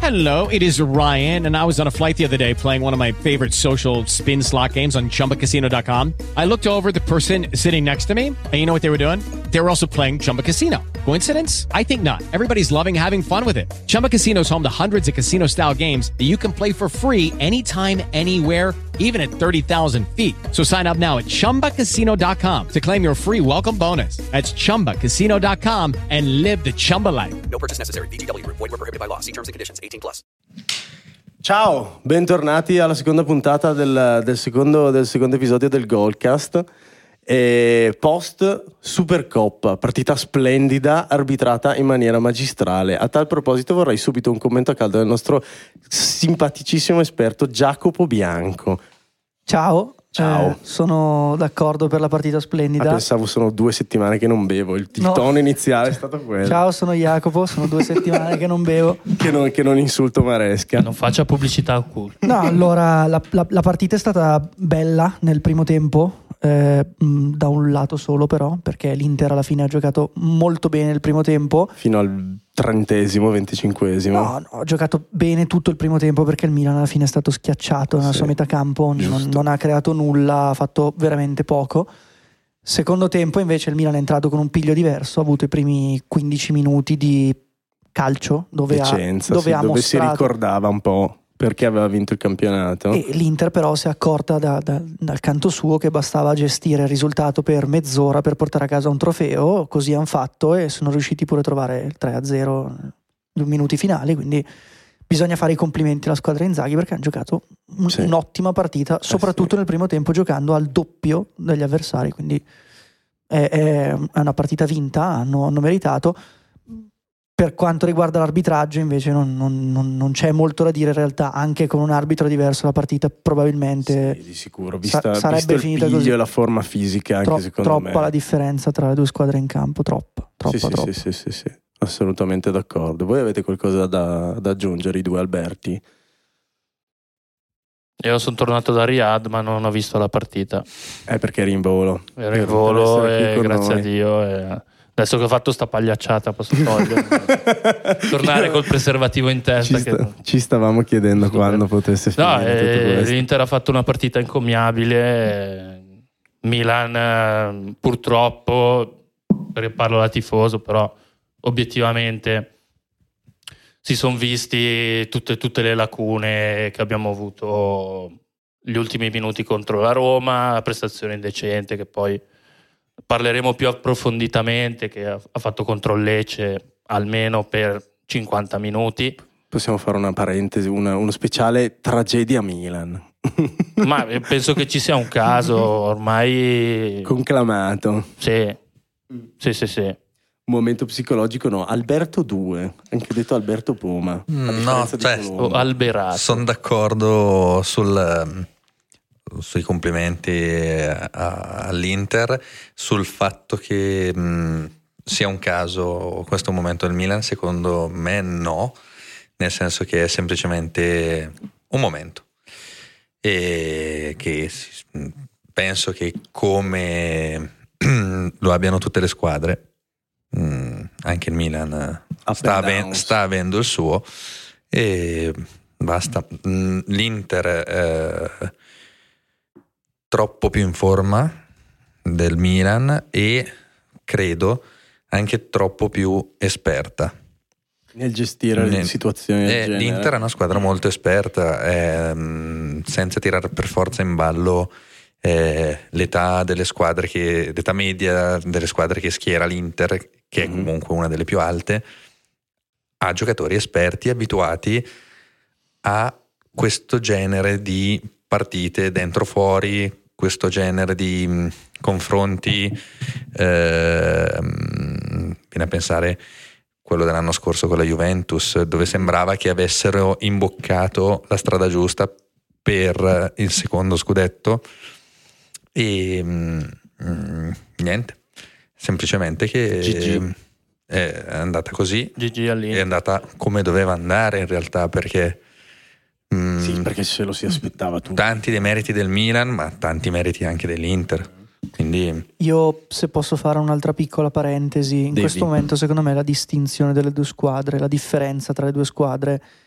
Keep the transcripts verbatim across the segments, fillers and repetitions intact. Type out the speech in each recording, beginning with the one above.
Hello, it is Ryan, and I was on a flight the other day playing one of my favorite social spin slot games on Chumba Casino dot com. I looked over at the person sitting next to me, and you know what they were doing? They were also playing Chumba Casino. Coincidence? I think not. Everybody's loving having fun with it. Chumba Casino is home to hundreds of casino-style games that you can play for free anytime, anywhere, even at thirty thousand feet. So sign up now at Chumba Casino dot com to claim your free welcome bonus. That's Chumba Casino dot com and live the Chumba life. No purchase necessary. V G W. Void where prohibited by law. See terms and conditions. eighteen plus. Ciao, bentornati alla seconda puntata del, del, secondo, del secondo episodio del Goalcast. E post Supercoppa, partita splendida arbitrata in maniera magistrale. A tal proposito vorrei subito un commento a caldo del nostro simpaticissimo esperto Jacopo Bianco. Ciao. Ciao. Eh, sono d'accordo per la partita splendida. Ah, pensavo sono due settimane che non bevo. Il, il no. tono iniziale è stato quello. Ciao, sono Jacopo, sono due settimane che non bevo. Che non, che non insulto Maresca. Non faccia pubblicità occulta. No, allora la, la, la partita è stata bella nel primo tempo. Eh, da un lato solo però, perché l'Inter alla fine ha giocato molto bene il primo tempo fino al trentesimo, venticinquesimo. No, no, ha giocato bene tutto il primo tempo, perché il Milan alla fine è stato schiacciato nella sì, sua metà campo, non, non ha creato nulla, ha fatto veramente poco. Secondo tempo invece il Milan è entrato con un piglio diverso, ha avuto i primi quindici minuti di calcio dove, Decenza, ha, dove, sì, ha dove mostrato... si ricordava un po' perché aveva vinto il campionato. E l'Inter però si è accorta da, da, dal canto suo che bastava gestire il risultato per mezz'ora per portare a casa un trofeo. Così hanno fatto e sono riusciti pure a trovare il tre a zero nei minuti finali, quindi bisogna fare i complimenti alla squadra Inzaghi, perché hanno giocato un, sì. un'ottima partita, soprattutto eh sì. nel primo tempo, giocando al doppio degli avversari, quindi è, è una partita vinta, hanno, hanno meritato. Per quanto riguarda l'arbitraggio invece non, non, non, non c'è molto da dire in realtà. Anche con un arbitro diverso la partita probabilmente sì, di sicuro vista, sa- sarebbe visto il finita piglio così. E la forma fisica anche Tro- secondo troppa me la differenza tra le due squadre in campo, troppa, troppa, sì, troppa. Sì, sì, sì, sì, sì, assolutamente d'accordo. Voi avete qualcosa da, da aggiungere, i due Alberti? Io sono tornato da Riyadh ma non ho visto la partita. Eh, perché eri in volo. Ero in volo e grazie noi. a Dio e... Adesso che ho fatto sta pagliacciata posso togliere tornare col preservativo in testa. Ci, sta, che... ci stavamo chiedendo Super. quando potesse finire. No, eh, l'Inter ha fatto una partita incommiabile. Milan purtroppo, parlo da tifoso, però obiettivamente si sono visti tutte, tutte le lacune che abbiamo avuto gli ultimi minuti contro la Roma, la prestazione indecente che poi parleremo più approfonditamente, che ha fatto contro il Lecce almeno per cinquanta minuti. Possiamo fare una parentesi, una, uno speciale tragedia Milan. Ma penso che ci sia un caso ormai conclamato. Sì, sì, sì, sì. Un momento psicologico, no. Alberto due, anche detto Alberto Poma. Mm, no, cioè, o Alberato. Sono d'accordo sul... sui complimenti a, all'Inter, sul fatto che mh, sia un caso questo momento del Milan. Secondo me no, nel senso che è semplicemente un momento e che penso che come lo abbiano tutte le squadre, mh, anche il Milan sta, ave- sta avendo il suo e basta. Mh, L'Inter eh, troppo più in forma del Milan e credo anche troppo più esperta nel gestire le situazioni del genere. L'Inter è una squadra molto esperta, eh, senza tirare per forza in ballo eh, l'età delle squadre che, l'età media delle squadre che schiera l'Inter, che mm-hmm. è comunque una delle più alte, ha giocatori esperti abituati a questo genere di partite dentro fuori, questo genere di mh, confronti, eh, mh, viene a pensare quello dell'anno scorso con la Juventus, dove sembrava che avessero imboccato la strada giusta per il secondo scudetto e mh, mh, niente, semplicemente che G G. È andata così, G G all'Inter. È andata come doveva andare in realtà, perché Mm, sì, perché se lo si aspettava tutto. Tanti dei meriti del Milan, ma tanti meriti anche dell'Inter. Quindi io, se posso fare un'altra piccola parentesi, in Devi. questo momento secondo me la distinzione delle due squadre, la differenza tra le due squadre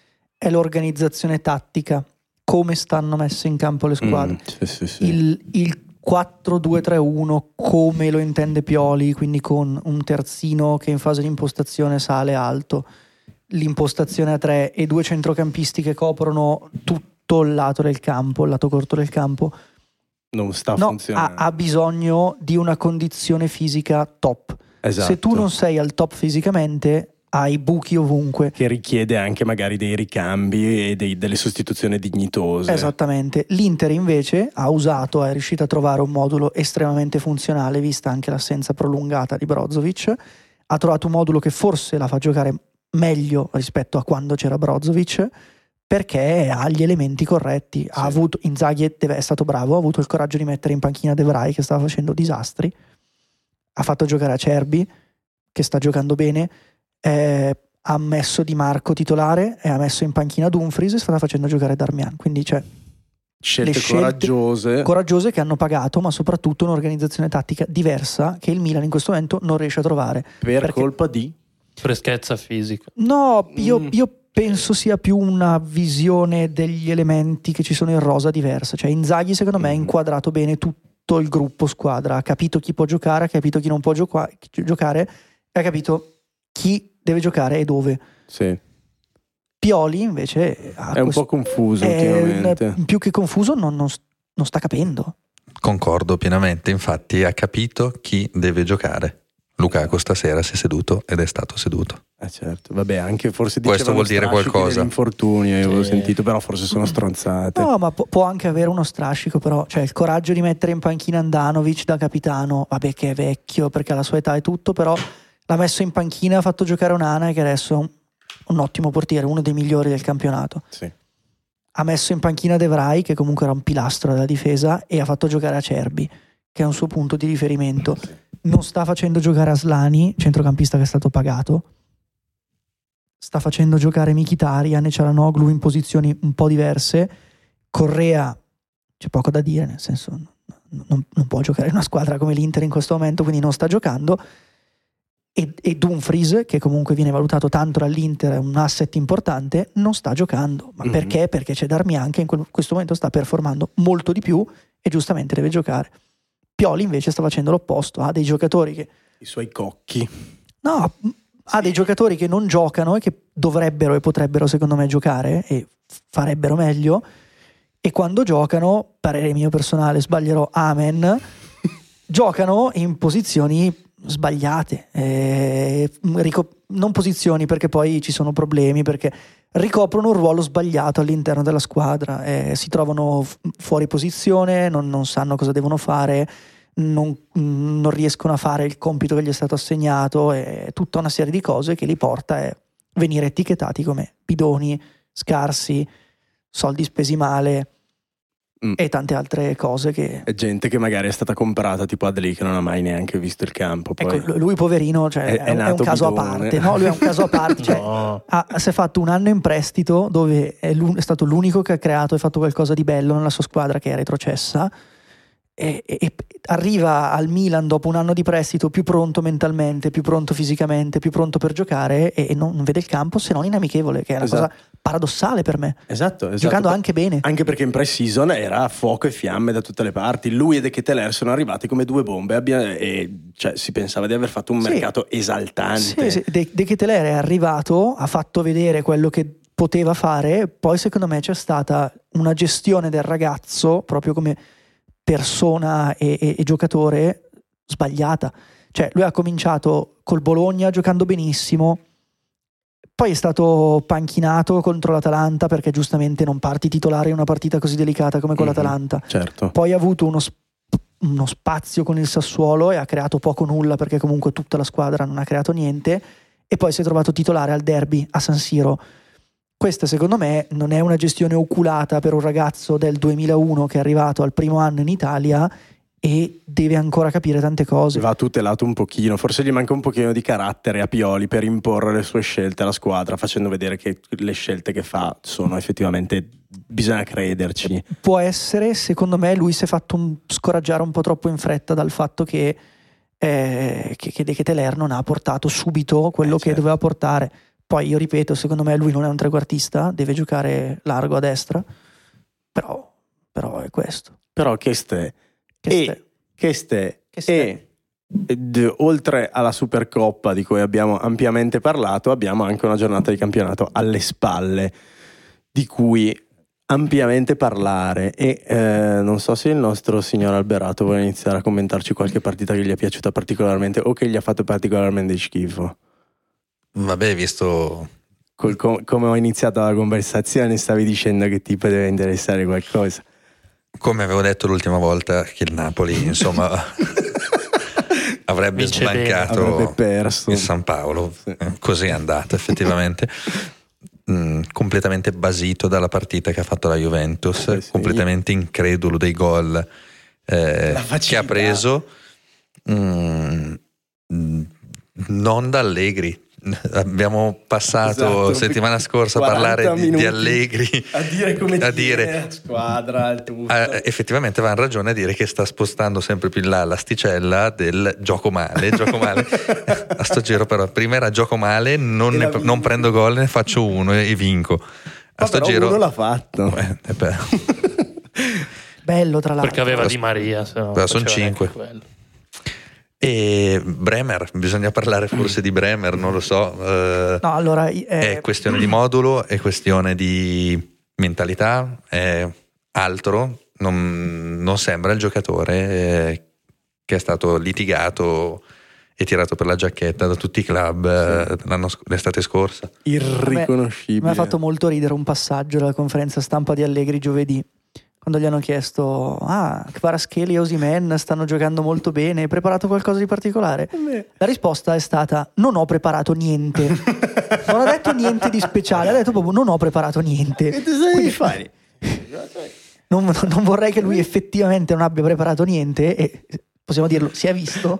è l'organizzazione tattica, come stanno messe in campo le squadre. Mm, sì, sì, sì. Il, il quattro due tre uno come lo intende Pioli, quindi con un terzino che in fase di impostazione sale alto, l'impostazione a tre e due centrocampisti che coprono tutto il lato del campo, il lato corto del campo, non sta no, funzionando. ha, ha bisogno di una condizione fisica top. Esatto. Se tu non sei al top fisicamente, hai buchi ovunque. Che richiede anche magari dei ricambi e dei, delle sostituzioni dignitose. Esattamente. L'Inter invece ha usato, è riuscito a trovare un modulo estremamente funzionale, vista anche l'assenza prolungata di Brozovic. Ha trovato un modulo che forse la fa giocare meglio rispetto a quando c'era Brozovic, perché ha gli elementi corretti. Sì. Ha avuto, Inzaghi è stato bravo, ha avuto il coraggio di mettere in panchina De Vrij, che stava facendo disastri, ha fatto giocare Acerbi, che sta giocando bene, eh, ha messo Di Marco titolare e ha messo in panchina Dumfries e sta facendo giocare Darmian. Quindi c'è scelte, le scelte coraggiose coraggiose che hanno pagato, ma soprattutto un'organizzazione tattica diversa che il Milan in questo momento non riesce a trovare. Per perché... colpa di? freschezza fisica. No, io, Mm. io penso sia più una visione degli elementi che ci sono in rosa diversa. Cioè Inzaghi secondo me ha Mm. inquadrato bene tutto il gruppo squadra, ha capito chi può giocare, ha capito chi non può gioca- giocare e ha capito chi deve giocare e dove. Sì. Pioli invece ha È un questo- po' confuso è ultimamente. un- più che confuso non, non, non sta capendo. Concordo pienamente, infatti ha capito chi deve giocare. Lukaku stasera si è seduto ed è stato seduto. Eh certo, vabbè, anche forse Questo dicevano vuol dire strascichi qualcosa. dell'infortunio, io avevo Sì. sentito, però forse sono stronzate. No, ma pu- può anche avere uno strascico, però, cioè il coraggio di mettere in panchina Andanovic da capitano, vabbè che è vecchio perché alla sua età è tutto, però l'ha messo in panchina, ha fatto giocare Onana che adesso è un, un ottimo portiere, uno dei migliori del campionato. Sì. Ha messo in panchina De Vrij, che comunque era un pilastro della difesa, e ha fatto giocare Acerbi, che è un suo punto di riferimento. Non sta facendo giocare Aslani, centrocampista che è stato pagato. Sta facendo giocare Mkhitaryan e Çalhanoğlu in posizioni un po' diverse. Correa, c'è poco da dire, nel senso non, non può giocare in una squadra come l'Inter in questo momento, quindi non sta giocando. E, e Dumfries, che comunque viene valutato tanto dall'Inter, è un asset importante, non sta giocando. Ma Mhm. perché? Perché c'è Darmian che in quel- questo momento sta performando molto di più e giustamente deve giocare. Pioli invece sta facendo l'opposto, ha dei giocatori che I suoi cocchi. no, ha dei giocatori che non giocano e che dovrebbero e potrebbero secondo me giocare e farebbero meglio, e quando giocano, parere mio personale, sbaglierò, amen, giocano in posizioni sbagliate, eh, rico- non posizioni perché poi ci sono problemi, perché ricoprono un ruolo sbagliato all'interno della squadra, eh, si trovano f- fuori posizione, non, non sanno cosa devono fare, non, non riescono a fare il compito che gli è stato assegnato, e tutta una serie di cose che li porta a venire etichettati come bidoni, scarsi, soldi spesi male Mm. e tante altre cose che... È gente che magari è stata comprata, tipo Adli, che non ha mai neanche visto il campo. Poi. Ecco, lui poverino, cioè, È- è, è un- è un nato caso bidone. a parte, no? Lui è un caso a parte, cioè, No. ha, si è fatto un anno in prestito dove è, l'un- è stato l'unico che ha creato e fatto qualcosa di bello nella sua squadra che è retrocessa, e, e- e arriva al Milan dopo un anno di prestito più pronto mentalmente, più pronto fisicamente, più pronto per giocare, e, e non, non vede il campo se non in amichevole, che è una Esatto. cosa paradossale per me, Esatto, esatto. giocando anche bene. Anche perché in pre-season era a fuoco e fiamme da tutte le parti. Lui e De Ketelaere sono arrivati come due bombe, abbia- e cioè, si pensava di aver fatto un Sì. mercato esaltante. Sì, sì. De, De Ketelaere è arrivato, ha fatto vedere quello che poteva fare, poi secondo me c'è stata una gestione del ragazzo proprio come persona e, e- e giocatore sbagliata. Cioè lui ha cominciato col Bologna giocando benissimo, poi è stato panchinato contro l'Atalanta perché giustamente non parti titolare in una partita così delicata come con Mhm, l'Atalanta. Certo. Poi ha avuto uno, sp- uno spazio con il Sassuolo e ha creato poco nulla perché comunque tutta la squadra non ha creato niente, e poi si è trovato titolare al derby a San Siro. Questa secondo me non è una gestione oculata per un ragazzo del duemilauno che è arrivato al primo anno in Italia e deve ancora capire tante cose. Va tutelato un pochino, forse gli manca un pochino di carattere a Pioli per imporre le sue scelte alla squadra, facendo vedere che le scelte che fa sono effettivamente, bisogna crederci. Può essere, secondo me lui si è fatto un- scoraggiare un po' troppo in fretta dal fatto che, eh, che, che De Ketelaere non ha portato subito quello Eh, che certo. doveva portare. Poi io ripeto, secondo me lui non è un trequartista, deve giocare largo a destra, però, però è questo. Però che ste Che e ste- che ste che ste- e ed, oltre alla Supercoppa di cui abbiamo ampiamente parlato, abbiamo anche una giornata di campionato alle spalle di cui ampiamente parlare e eh, non so se il nostro signor Alberato vuole iniziare a commentarci qualche partita che gli è piaciuta particolarmente o che gli ha fatto particolarmente schifo. Vabbè, visto Col, com- come ho iniziato la conversazione stavi dicendo che ti poteva interessare qualcosa. come avevo detto l'ultima volta che il Napoli insomma avrebbe Vince bene. sbancato Avrebbe perso. il San Paolo. Sì. Eh, così è andata effettivamente. Mm, completamente basito dalla partita che ha fatto la Juventus, Eh sì. completamente incredulo dei gol eh, La che facilità. ha preso. Mm, mm, non da Allegri. Abbiamo passato Esatto, settimana scorsa a quaranta parlare di, di minuti Allegri, a dire come a tiene dire la squadra, il tutto. Eh, effettivamente avevano ragione a dire che sta spostando sempre più in là l'asticella del gioco male, gioco male. A sto giro però prima era gioco male, non, E ne- la vinci. non prendo gol, ne faccio uno e, e vinco. A Ma sto però giro uno l'ha fatto. Eh, eh beh, Bello tra l'altro. Perché aveva Di Maria, se no Però son faceva neanche cinque. quello. e Bremer, bisogna parlare forse di Bremer, non lo so. eh, No, allora eh, È questione di modulo, è questione di mentalità, è altro. Non, non sembra il giocatore eh, che è stato litigato e tirato per la giacchetta da tutti i club eh, l'anno sc- l'estate scorsa. Irriconoscibile. mi ha fatto molto ridere un passaggio della conferenza stampa di Allegri giovedì, quando gli hanno chiesto: ah, Kvaratskhelia e Osimhen stanno giocando molto bene, hai preparato qualcosa di particolare? La risposta è stata: non ho preparato niente. Non ha detto niente di speciale, ha detto proprio non ho preparato niente. Che cosa devi fare? Non, non vorrei che lui effettivamente non abbia preparato niente, e possiamo dirlo, si è visto.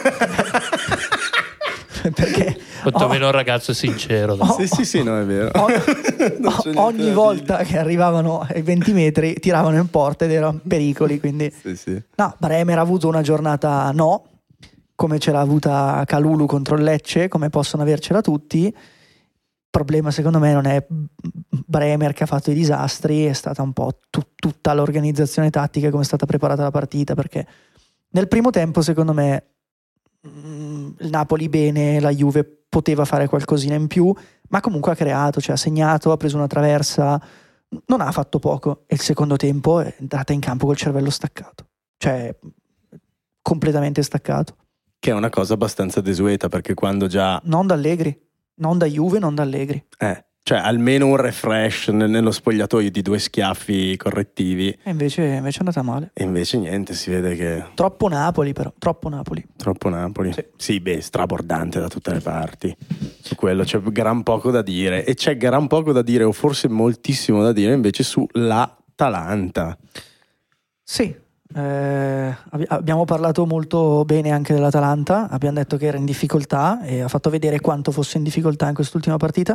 Perché Quantomeno oh, un ragazzo sincero. dai. Oh, Sì, sì, sì, no, è vero. o- Non c'è niente ogni da volta che arrivavano ai venti metri tiravano in porta ed erano pericoli, quindi Sì, sì. no, Bremer ha avuto una giornata no, come ce l'ha avuta Kalulu contro il Lecce, come possono avercela tutti. Il problema secondo me non è Bremer che ha fatto i disastri, è stata un po' tu- tutta l'organizzazione tattica, come è stata preparata la partita, perché nel primo tempo secondo me mm, il Napoli bene, la Juve poteva fare qualcosina in più, ma comunque ha creato, cioè ha segnato, ha preso una traversa, non ha fatto poco, e il secondo tempo è entrata in campo col cervello staccato, cioè completamente staccato, Che è una cosa abbastanza desueta, perché quando già non da Allegri, non da Juve, non da Allegri. eh, cioè almeno un refresh ne- nello spogliatoio di due schiaffi correttivi, E invece, invece è andata male. e invece niente, si vede che Troppo Napoli, però, troppo Napoli. troppo Napoli. Sì. Sì, beh, strabordante da tutte le parti. Su quello c'è gran poco da dire, e c'è gran poco da dire, o forse moltissimo da dire invece sull'Atalanta. Sì, eh, abbi- abbiamo parlato molto bene anche dell'Atalanta, abbiamo detto che era in difficoltà e ha fatto vedere quanto fosse in difficoltà in quest'ultima partita.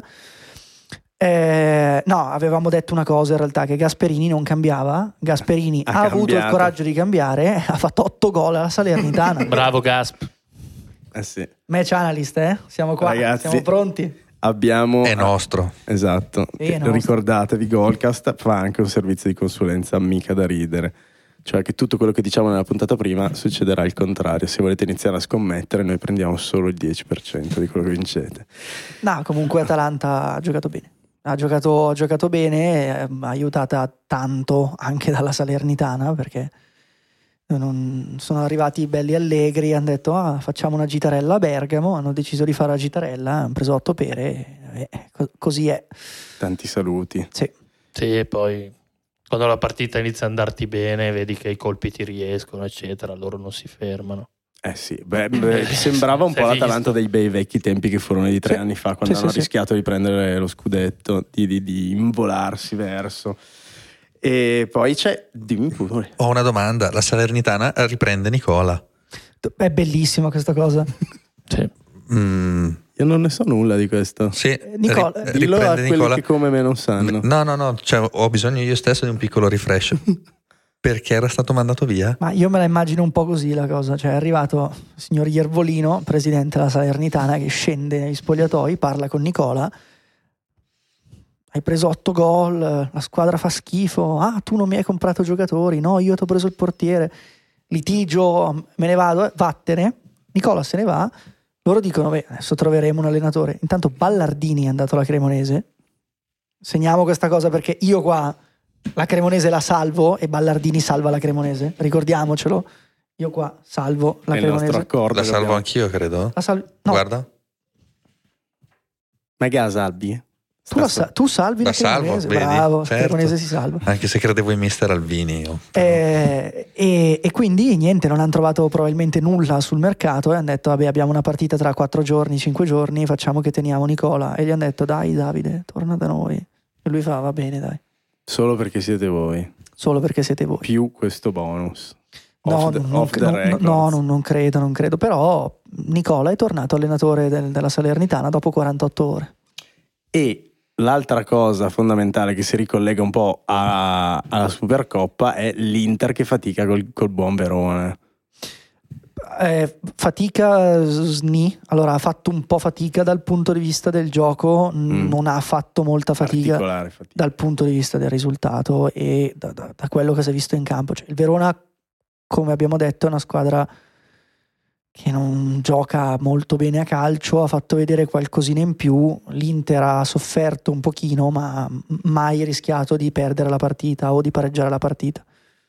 Eh, no, avevamo detto una cosa in realtà, che Gasperini non cambiava. Gasperini Ha ha, avuto il cambiato. coraggio di cambiare, ha fatto otto gol alla Salernitana. Bravo Gasp. Eh sì. Match analyst, eh? Siamo qua, Ragazzi, siamo pronti. Abbiamo È nostro. Esatto. Sì, è E nostro. ricordatevi, Goalcast fa anche un servizio di consulenza mica da ridere. Cioè che tutto quello che diciamo nella puntata prima succederà il contrario. Se volete iniziare a scommettere, noi prendiamo solo il dieci per cento di quello che vincete. No, comunque Atalanta ha giocato bene. Ha giocato, ha giocato bene, eh, aiutata tanto anche dalla Salernitana, perché non, sono arrivati i belli allegri, hanno detto ah, facciamo una gitarella a Bergamo, hanno deciso di fare la gitarella, hanno preso otto pere, e co- così è. Tanti saluti. Sì. Sì, e poi quando la partita inizia a andarti bene, vedi che i colpi ti riescono, eccetera, loro non si fermano. Eh sì, beh, beh, sembrava un Si po' è l'Atalanta visto. dei bei vecchi tempi che furono di tre Sì. anni fa, quando Sì, hanno sì, sì. rischiato di prendere lo scudetto, di, di, di involarsi verso. E poi c'è, dimmi pure. Ho una domanda, la Salernitana riprende Nicola. È bellissima questa cosa. Sì. Mm, Io non ne so nulla di questo. sì, Nicola- ri- Dillo a riprende quelli Nicola. che come me non sanno. No, no, no, cioè, ho bisogno io stesso di un piccolo refresh. perché era stato mandato via? Ma io me la immagino un po' così la cosa, cioè è arrivato il signor Iervolino, presidente della Salernitana, che scende negli spogliatoi, parla con Nicola: hai preso otto gol, la squadra fa schifo, ah tu non mi hai comprato giocatori, no io ti ho preso il portiere, litigio, me ne vado, vattene. Nicola se ne va, loro dicono beh adesso troveremo un allenatore. Intanto Ballardini è andato alla Cremonese, segniamo questa cosa perché io qua la Cremonese la salvo e Ballardini salva la Cremonese, ricordiamocelo. Io qua salvo la È il Cremonese. nostro accordo. La che salvo abbiamo. anch'io, credo. La salvi... no, Guarda. Ma che la salvi? tu, la sa- tu salvi la, La salvo, Cremonese, vedi? bravo, la Certo. Cremonese si salva. Anche se credevo in mister Albini. Io. Eh, e, e quindi niente, non hanno trovato probabilmente nulla sul mercato e hanno detto vabbè abbiamo una partita tra quattro giorni, cinque giorni, facciamo che teniamo Nicola. E gli hanno detto dai Davide, torna da noi. E lui fa va bene dai, Solo perché siete voi. solo perché siete voi. Più questo bonus. No, Off the, non, off the non- records. no, non, non credo, non credo. Però Nicola è tornato allenatore del- della Salernitana dopo quarantotto ore. E l'altra cosa fondamentale che si ricollega un po' a- alla Supercoppa è l'Inter che fatica col, col buon Verona. Eh, fatica sni, allora ha fatto un po' fatica dal punto di vista del gioco, n- Mm. non ha fatto molta fatica Particolare fatica. dal punto di vista del risultato e da, da- da quello che si è visto in campo. Cioè, il Verona, come abbiamo detto, è una squadra che non gioca molto bene a calcio, ha fatto vedere qualcosina in più. L'Inter ha sofferto un pochino, ma mai rischiato di perdere la partita o di pareggiare la partita.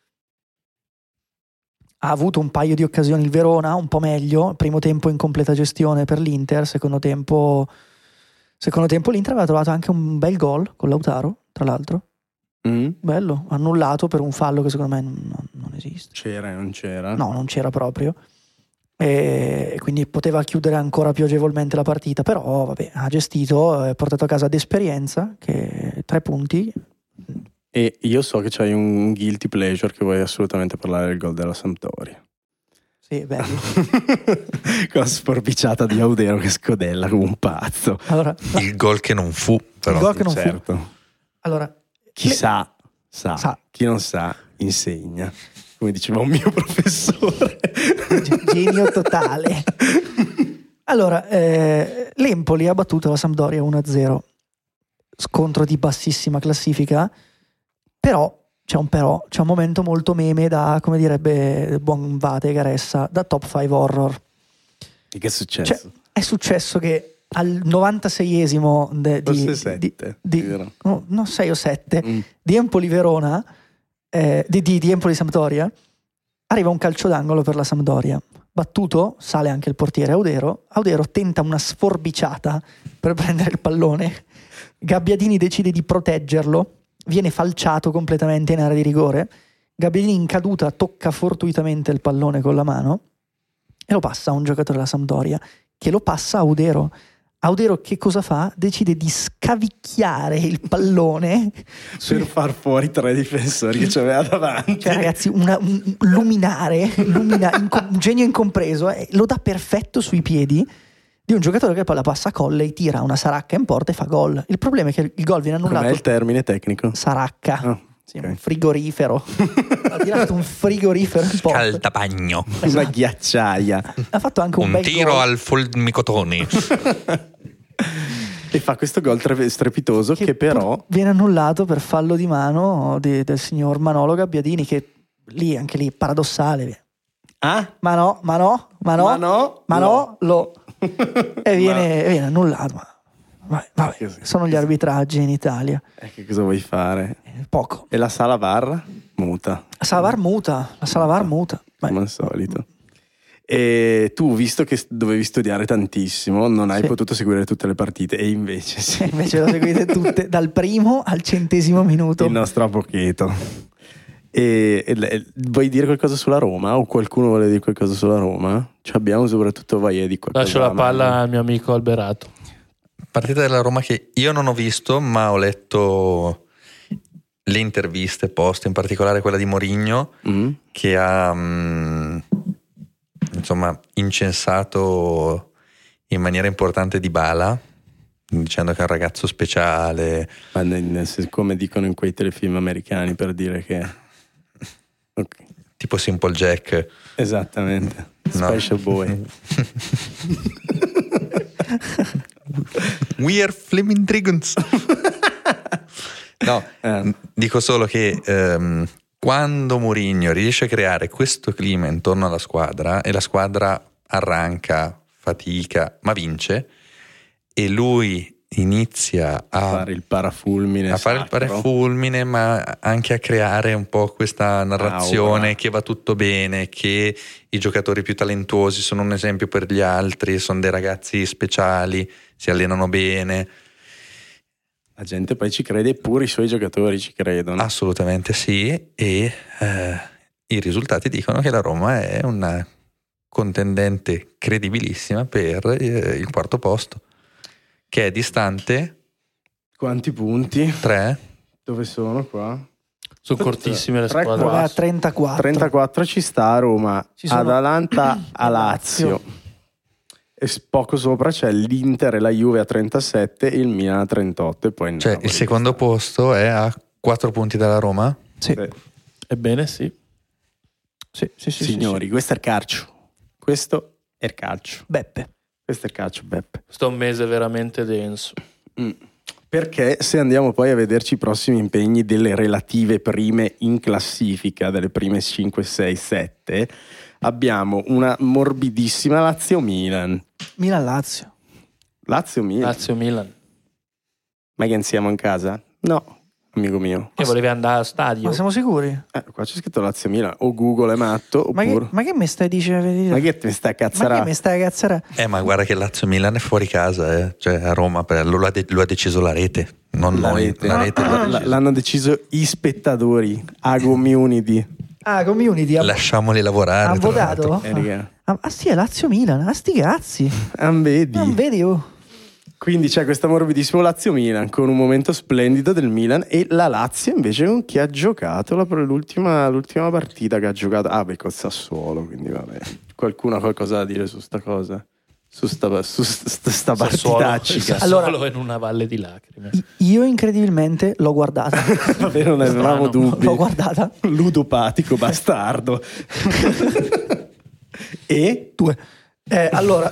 Ha avuto un paio di occasioni il Verona, un po' meglio. Primo tempo in completa gestione per l'Inter, secondo tempo, secondo tempo l'Inter aveva trovato anche un bel gol con Lautaro, tra l'altro. Mm? Bello, annullato per un fallo che secondo me non, non esiste. C'era e non c'era. No, non c'era proprio. E quindi poteva chiudere ancora più agevolmente la partita, però vabbè, ha gestito, ha portato a casa d'esperienza, che tre punti. E io so che c'hai un guilty pleasure che vuoi assolutamente parlare del gol della Sampdoria. Sì, bello. Con la sporbiciata di Audero che scodella come un pazzo. Allora, no, Il gol che non fu, però. il gol che non fu. Certo. Allora, Chi le- sa, sa, Sa. chi non sa, insegna. Come diceva un mio professore. genio totale. Allora, eh, l'Empoli ha battuto la Sampdoria uno a zero, scontro di bassissima classifica, però c'è un però, c'è un momento molto meme da, come direbbe il buon Vate Garessa, da top cinque horror. E che è successo? Cioè, è successo che al novantaseiesimo de- di, Forse di, sette, di- vero? no, no, sei o sette Mm. di Empoli Verona, eh, di, di, di Empoli Sampdoria, arriva un calcio d'angolo per la Sampdoria. Battuto, sale anche il portiere Audero. Audero tenta una sforbiciata per prendere il pallone. Gabbiadini decide di proteggerlo, viene falciato completamente in area di rigore. Gabbiadini in caduta tocca fortuitamente il pallone con la mano e lo passa a un giocatore della Sampdoria, che lo passa a Audero. Audero che cosa fa? Decide di scavicchiare il pallone sui- Per far fuori tre difensori che c'aveva davanti. Cioè, ragazzi, una- un un luminare, lumina- inco- un genio incompreso, eh, lo dà perfetto sui piedi di un giocatore che poi la passa a colle, tira una saracca in porta e fa gol. Il problema è che il gol viene Com'è annullato. il termine tecnico? Saracca. Ah, Sì, ok. un frigorifero. Ha tirato un frigorifero in porta. Scaldapagno. Una ghiacciaia. Ha fatto anche un, Un bel tiro gol al fulmicotoni. E fa questo gol tre- strepitoso che, però pur- viene annullato per fallo di mano di- del signor Manolo Gabbiadini, che lì, anche lì, paradossale. ah, Ma no, ma no, ma no, Ma no, ma no. no, lo... e viene, e viene annullato. Ma vabbè, vabbè, Così. sono gli arbitraggi in Italia. eh, che cosa vuoi fare? Eh, Poco. E la sala V A R muta, La sala V A R muta, la sala V A R muta. Beh, come al solito. E tu, visto che dovevi studiare tantissimo, non hai Sì. potuto seguire tutte le partite, e invece sì, invece lo seguite tutte dal primo al centesimo minuto. il nostro Apoccheto. E, e- e- vuoi dire qualcosa sulla Roma? O qualcuno vuole dire qualcosa sulla Roma? Ci abbiamo soprattutto vai di qualcosa. Lascio la a palla mano. al mio amico Alberato. Partita della Roma che io non ho visto, ma ho letto le interviste post, in particolare quella di Mourinho, Mm? che ha mm, insomma incensato in maniera importante Dybala, dicendo che è un ragazzo speciale. Ma nel- nel senso, come dicono in quei telefilm americani, per dire che Ok. Tipo Simple Jack. Esattamente. No. Special Boy. We are Flaming Dragons. No, Eh. dico solo che ehm, quando Mourinho riesce a creare questo clima intorno alla squadra e la squadra arranca, fatica, ma vince, e lui inizia a fare il parafulmine a fare il sacro. parafulmine, ma anche a creare un po' questa narrazione Aura. che va tutto bene, che i giocatori più talentuosi sono un esempio per gli altri, sono dei ragazzi speciali, si allenano bene. La gente poi ci crede, pure i suoi giocatori ci credono. Assolutamente sì, e eh, i risultati dicono che la Roma è una contendente credibilissima per eh, il quarto posto, che è distante Quanti punti? tre. Dove sono qua? Sono cortissime le Tre, squadre. quattro. Vabbè, a trentaquattro. trentaquattro ci sta a Roma, Ci sono- Atalanta a Lazio. E s- poco sopra c'è l'Inter e la Juve a trentasette e il Milan a trentotto. E poi Cioè Napoli il secondo che sta- posto è a quattro punti dalla Roma. Sì, Sì. Ebbene sì. sì, sì, sì, Signori, sì, questo è il calcio. Questo è il calcio. sì. Beppe. Questo è il calcio, Beppe. Questo è un mese veramente denso. Mm. Perché se andiamo poi a vederci i prossimi impegni delle relative prime in classifica, delle prime cinque, sei, sette, abbiamo una morbidissima Lazio-Milan. Milan-Lazio. Lazio-Milan? Lazio-Milan. Ma che siamo in casa? No, amico mio. Che volevi andare al stadio? Ma siamo sicuri? Eh, qua c'è scritto Lazio-Milan. O Google è matto, Ma che, oppure... ma che mi stai dicendo? Ma che ti stai a Ma cazzarà? che mi stai a cazzare? Eh, ma guarda che Lazio Milan è fuori casa, eh. Cioè a Roma per- lo, ha de- lo ha deciso la rete, non La noi. rete. La rete lo ha L- deciso. l'hanno deciso i spettatori, a community. Ah, community. Ha, Lasciamoli lavorare. ha tra votato? l'altro. Eh, raga. Ah, ah, sì, è Lazio-Milan. Ah, sti cazzi. Ah, vedi? Non vedi? Oh. Quindi c'è questa morbidissimo Lazio-Milan con un momento splendido del Milan e la Lazio invece con chi ha giocato la- l'ultima, l'ultima partita che ha giocato. Ah, beh, col Sassuolo, quindi vabbè. Qualcuno ha qualcosa da dire su sta cosa? Su sta, su sta, sta Sassuolo, partitaccia. Allora- Sassuolo in una valle di lacrime. Io incredibilmente l'ho guardata. Vabbè, non ne avevamo Strano. dubbi. L'ho guardata. Ludopatico bastardo. E? Due. Eh, allora,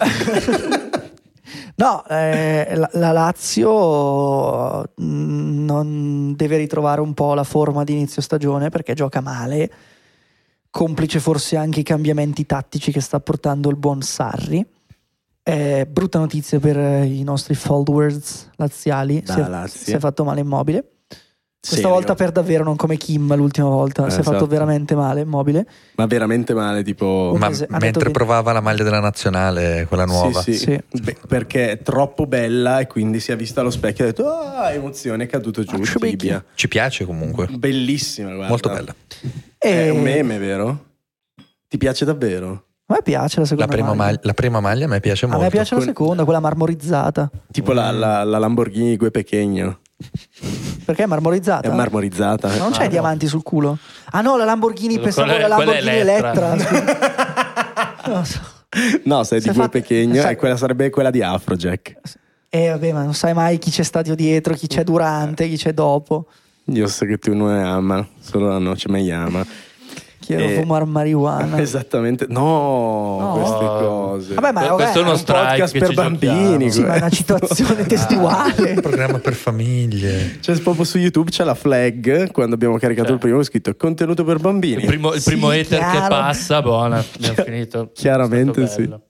no, eh, la, la Lazio mh, non deve ritrovare un po' la forma di inizio stagione perché gioca male, complice forse anche i cambiamenti tattici che sta portando il buon Sarri. Eh, brutta notizia per eh, i nostri followers laziali, Da si, è, Lazio. si è fatto male Immobile. Questa Serio? volta per davvero, non come Kim l'ultima volta, Eh, si è fatto esatto. veramente male Immobile. Ma veramente male, tipo... Ma mese, ha detto mentre che- provava la maglia della nazionale, quella nuova. Sì, sì. Sì. Beh, perché è troppo bella e quindi si è vista allo specchio e ha detto ah, emozione, è caduto giù il Faccio tibia. Ci piace comunque, Bellissima, guarda. molto bella. È E- un meme, vero? Ti piace davvero? A me piace la La seconda prima, maglia. maglia, la prima maglia a me piace A molto. me piace la Con- seconda, quella marmorizzata. Tipo la, la, la Lamborghini Gue Pequeño. Perché è marmorizzata? È marmorizzata. Ma non c'hai Ah, no. diamanti sul culo? Ah no, la Lamborghini, Quella pensavo è- la quella è Lamborghini Elettra. Elettra. Non so. No, sei di Sei Gue fatta- Pequeño sai- e quella sarebbe quella di Afrojack. Eh vabbè, ma non sai mai chi c'è stato dietro, chi c'è durante, chi c'è dopo. Io so che tu non ama, solo la noce mi ama. Chi era Eh, fumare marijuana. Esattamente. No, No. queste cose. Vabbè, ma Que- vabbè, questo è uno un strike podcast che per ci bambini. giochiamo. sì, ma è una situazione testuale. Un programma per famiglie. C'è proprio su YouTube c'è la flag quando abbiamo caricato Cioè. il primo, è scritto contenuto per bambini. Il primo, il Sì, primo hater che chiaro. passa, buona, abbiamo finito. Chiaramente È stato sì. bello.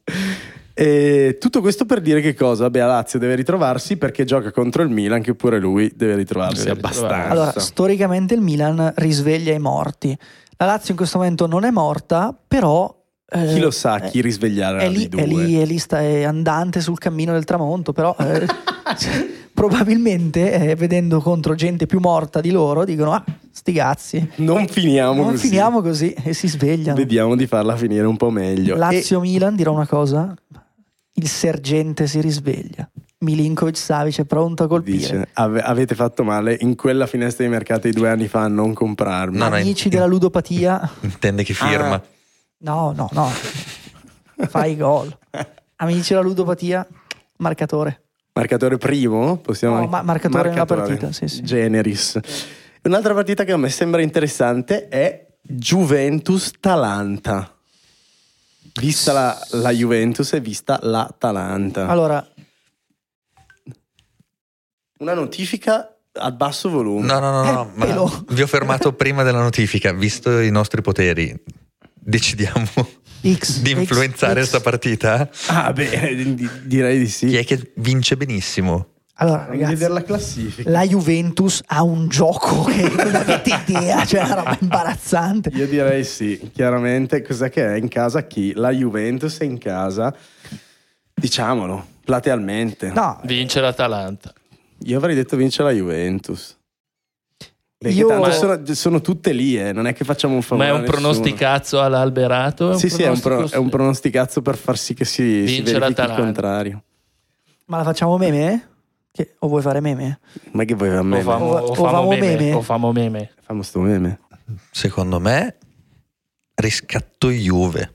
E tutto questo per dire che cosa? Beh, Lazio deve ritrovarsi perché gioca contro il Milan, che pure lui deve ritrovarsi Deve abbastanza. ritrovarsi. Allora, storicamente il Milan risveglia i morti. La Lazio in questo momento non è morta, però... eh, Chi lo sa è- chi risvegliare È lì, di due? è lì, è lì, sta, è andante sul cammino del tramonto, però eh, probabilmente eh, vedendo contro gente più morta di loro dicono ah, sti cazzi, Non finiamo non così. finiamo così e si svegliano. Vediamo di farla finire un po' meglio. Lazio-Milan, dirò una cosa, il sergente si risveglia, Milinkovic Savic è pronto a E colpire. dice, "Ave- avete fatto male in quella finestra di mercato di due anni fa a non comprarmi. No, no, Amici in- della ludopatia, Intende chi firma. Ah. no, no, no, fai gol. Amici della ludopatia, marcatore. Marcatore primo? Possiamo No, anche- ma- marcatore nella partita, sì, sì. Generis. Un'altra partita che a me sembra interessante è Juventus-Talanta. Vista la, la Juventus e vista l'Atalanta. Allora, una notifica a basso volume. No, no, no, no, Eh, ma pelo. vi ho fermato prima della notifica. Visto i nostri poteri, decidiamo X di influenzare X, questa partita. Ah, beh, di- direi di sì. Chi è che vince benissimo? Allora, Fammi ragazzi, vedere la classifica. la Juventus ha un gioco che non avete idea, cioè è una roba imbarazzante. Io direi sì, chiaramente. Cos'è che è in casa chi? La Juventus è in casa, diciamolo, platealmente. No, Vince l'Atalanta. Io avrei detto vince la Juventus. Perché Io- tanto Ma- sono, sono tutte lì, eh. Non è che facciamo un favore Ma è un a nessuno. pronosticazzo all'Alberato? Sì, sì, è un, pro- pronostico- è un pronosticazzo per far sì che si, si Vince verifichi il l'Atalanta. contrario. ma la facciamo meme? Che, o vuoi fare meme? Ma che vuoi a me? O famo, O- o o famo famo meme, meme? o famo meme. Famo sto meme. Secondo me, riscatto Juve.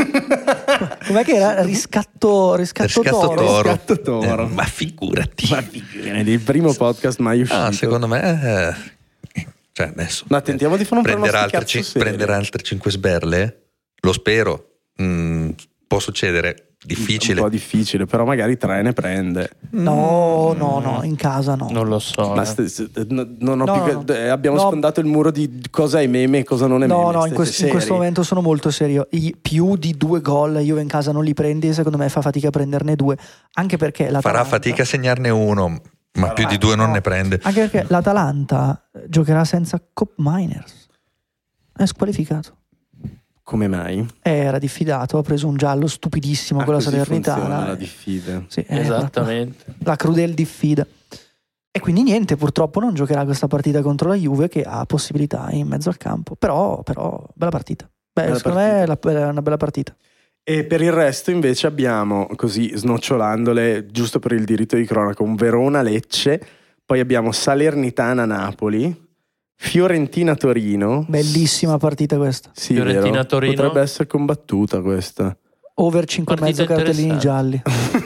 Com'è che era? Riscatto, riscatto, Riscatto toro. Toro. Riscatto Toro. Eh, ma figurati. Ma figurati, il primo podcast mai uscito. Ah, secondo me, eh, cioè adesso Ma tentiamo di fare un prenderà altre, pronosticazzo cin- serio. prenderà altre cinque sberle. Lo spero. Mm, può succedere. Difficile. Un po' difficile, però magari tre ne prende. No, no, no, in casa no. Non lo so. Ma eh. st- st- no- non ho No, più no, che- no. eh, abbiamo No. sfondato il muro di cosa è meme e cosa non è meme. No, no, in, State quest- in seri. questo momento sono molto serio. I più di due gol Juve in casa non li prendi e secondo me fa fatica a prenderne due. Anche perché l'Atalanta... Farà fatica a segnarne uno, ma più di due non no. ne prende. Anche perché l'Atalanta giocherà senza Cop Miners. È squalificato. Come mai? Era diffidato, ha preso un giallo stupidissimo Ah, con la così funziona Salernitana. la diffide. Sì, è Esattamente. La, la crudel diffida. E quindi niente, purtroppo non giocherà questa partita contro la Juve che ha possibilità in mezzo al campo. Però, però bella partita. Beh, Bella secondo me è la- è una bella partita. E per il resto invece abbiamo, così snocciolandole, giusto per il diritto di cronaca, un Verona-Lecce, poi abbiamo Salernitana-Napoli, Fiorentina-Torino. Bellissima partita questa. Sì, Fiorentina vero? Torino. Potrebbe essere combattuta questa. Over cinque e mezzo Partita cartellini interessante.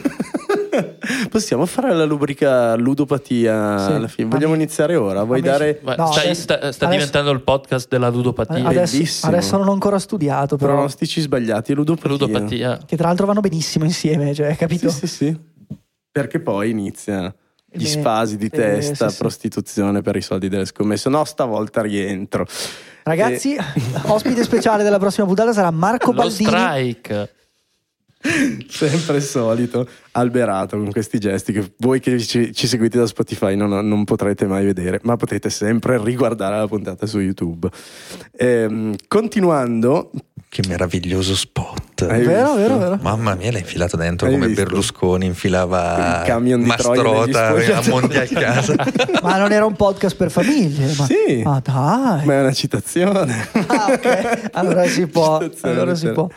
gialli. Possiamo fare la rubrica ludopatia Sì. alla fine. Vogliamo Amici- iniziare ora? Vuoi amici- dare Ma No, stai- adesso- sta, sta adesso- diventando il podcast della ludopatia. Adesso, bellissimo. adesso non ho ancora studiato, però. pronostici sbagliati? Ludopatia. Ludopatia. Che tra l'altro vanno benissimo insieme, cioè, capito? Sì, sì, sì. Perché poi inizia gli Eh, sfasi di sì, testa, sì, sì. prostituzione per i soldi delle scommesse. No, stavolta rientro. Ragazzi, ospite speciale della prossima puntata sarà Marco Lo Baldini. strike. Sempre il solito alberato con questi gesti che voi che ci, ci seguite da Spotify non, non potrete mai vedere, ma potete sempre riguardare la puntata su YouTube. Ehm, continuando, Che meraviglioso spot. Hai Vero, visto? vero, vero. Mamma mia, l'hai infilato dentro Hai come visto? Berlusconi infilava Il camion di Troia negli Mastrota a spogliatoi. Monti a casa. Ma non era un podcast per famiglie? Ma... Sì. Ah, dai. ma è una citazione. Ah, ok. Allora si può. Citazione Allora si lettera- può.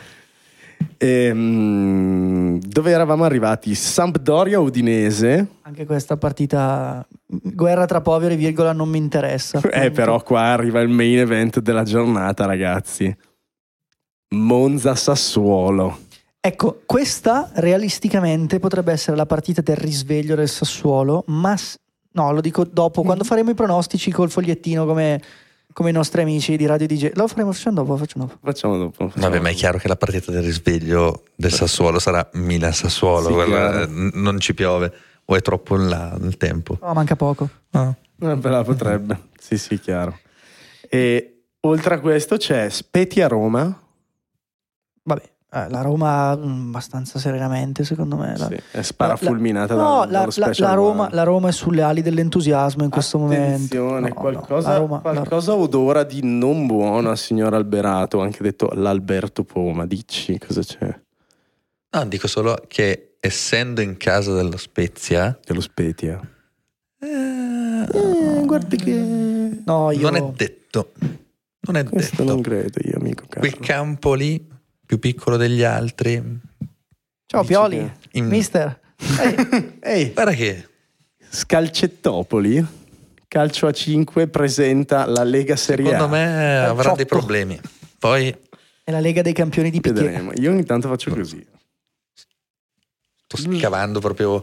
Ehm, dove eravamo arrivati? Sampdoria Udinese. Anche questa partita, guerra tra poveri, virgola, non mi interessa. Eh, però qua arriva il main event della giornata, ragazzi. Monza Sassuolo. Ecco, questa realisticamente potrebbe essere la partita del risveglio del Sassuolo, ma s- no, lo dico dopo, quando faremo i pronostici col fogliettino come, come i nostri amici di Radio D J. Lo faremo facciamo dopo, facciamo dopo. Facciamo dopo. facciamo Vabbè, ma è dopo. chiaro che la partita del risveglio del Sassuolo sarà Milan-Sassuolo. Sì, quella- chiaro. n- non ci piove o è troppo in là nel tempo. No, manca poco. Ah. Eh, beh, potrebbe. Sì, sì, chiaro. E oltre a questo c'è Spezia-Roma. Vabbè, eh, la Roma mh, abbastanza serenamente, secondo me. La, Sì, è sparafulminata la- da, no, dallo la, la, special la Roma, one. la Roma è sulle ali dell'entusiasmo in questo Attenzione, momento. No, qualcosa, no, la Roma- la- qualcosa odora di non buono al signor Alberato, anche detto l'Alberto Poma. Dici cosa c'è? No, dico solo che essendo in casa dello Spezia, Dello Spezia. eh, Eh, guardi che... no, io... non è detto. Non è Questo detto. non credo io, amico caro. Quel campo lì, più piccolo degli altri. Ciao Dici Pioli, che- in- mister. Ehi, Guarda che Scalcettopoli, calcio a cinque, presenta la Lega Serie A. secondo me avrà dei ciotto. problemi. Poi È la Lega dei Campioni di Piquet. Vedremo. Io ogni tanto faccio così. sto scavando proprio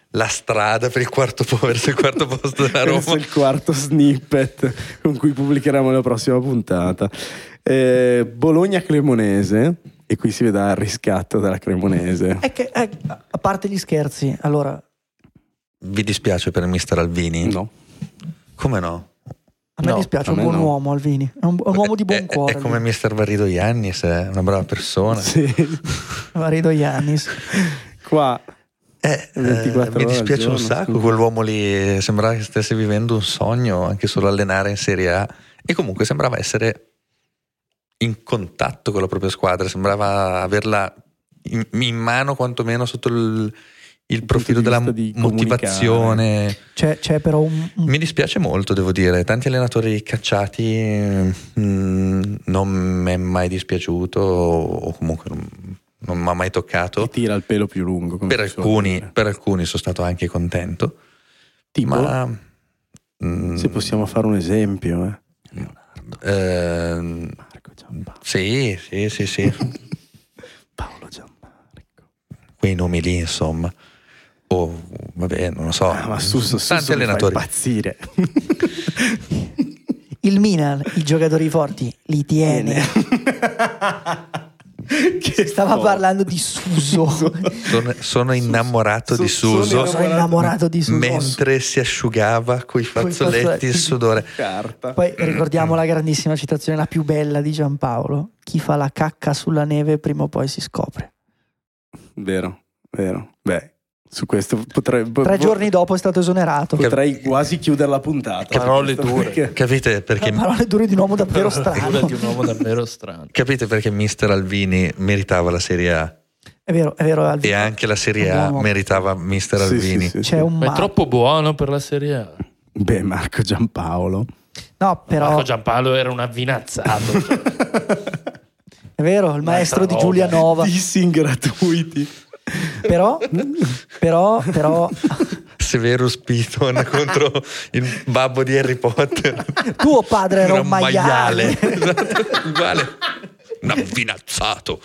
la strada per il quarto, verso il quarto posto della Roma. Questo è il quarto snippet con cui pubblicheremo la prossima puntata. Eh, Bologna-Cremonese, e qui si vede il riscatto della Cremonese. È che, è, a parte gli scherzi, allora, Vi dispiace per mister Alvini? No. Come no? a me No, dispiace, a è un me buon no. uomo Alvini, è un, è un uomo di buon È- cuore. È, come mister Barrido Iannis, è una brava persona. Sì. Marido Giannis. Qua Eh, eh, ventiquattro mi ore al dispiace un giorno, sacco, scusa. quell'uomo lì sembrava che stesse vivendo un sogno, anche solo allenare in Serie A, e comunque sembrava essere in contatto con la propria squadra, sembrava averla in, in mano quantomeno sotto il, il profilo di della vista di motivazione. C'è, c'è però un, un- Mi dispiace molto, devo dire, tanti allenatori cacciati, mm, non mi è mai dispiaciuto, o comunque non, non mi ha mai toccato. ti tira il pelo più lungo. come Per si suol alcuni, dire. per alcuni sono stato anche contento, Tipo, ma mm, se possiamo fare un esempio, eh. ehm, Marco Gianmarco. sì, sì, sì, sì, Paolo Gianmarco. quei nomi lì, insomma. O vabbè, non lo so, Ah, ma su, su, su, tanti su, mi fai allenatori. impazzire. il Milan, i giocatori forti li tiene. Che Stava forte. parlando di Suso. Sono, sono innamorato Su- di sono Suso Sono innamorato di Suso. mentre si asciugava coi fazzoletti fazzoletti. il sudore. Carta. Poi ricordiamo la grandissima citazione, la più bella di Giampaolo: chi fa la cacca sulla neve prima o poi si scopre. Vero, vero. Beh, su questo potrei, Tre giorni dopo è stato esonerato. potrei quasi chiudere la puntata. Parole Questo dure. perché- Capite perché, Parole dure di un uomo davvero Quella strano. di un uomo davvero strano. capite perché mister Alvini meritava la Serie A È vero, è vero. e Alvino. anche la Serie A Uomo. meritava mister Sì, Alvini. sì, sì, C'è sì. un Ma è ma. troppo buono per la Serie A. Beh, Marco Giampaolo. No, però Marco Giampaolo era un avvinazzato. cioè. è vero, il maestro di roba. Giulianova. Dissing gratuiti. Però, però, però, Severus Piton contro il babbo di Harry Potter. tuo padre era un maiale. Esatto, uguale. Un avvinazzato.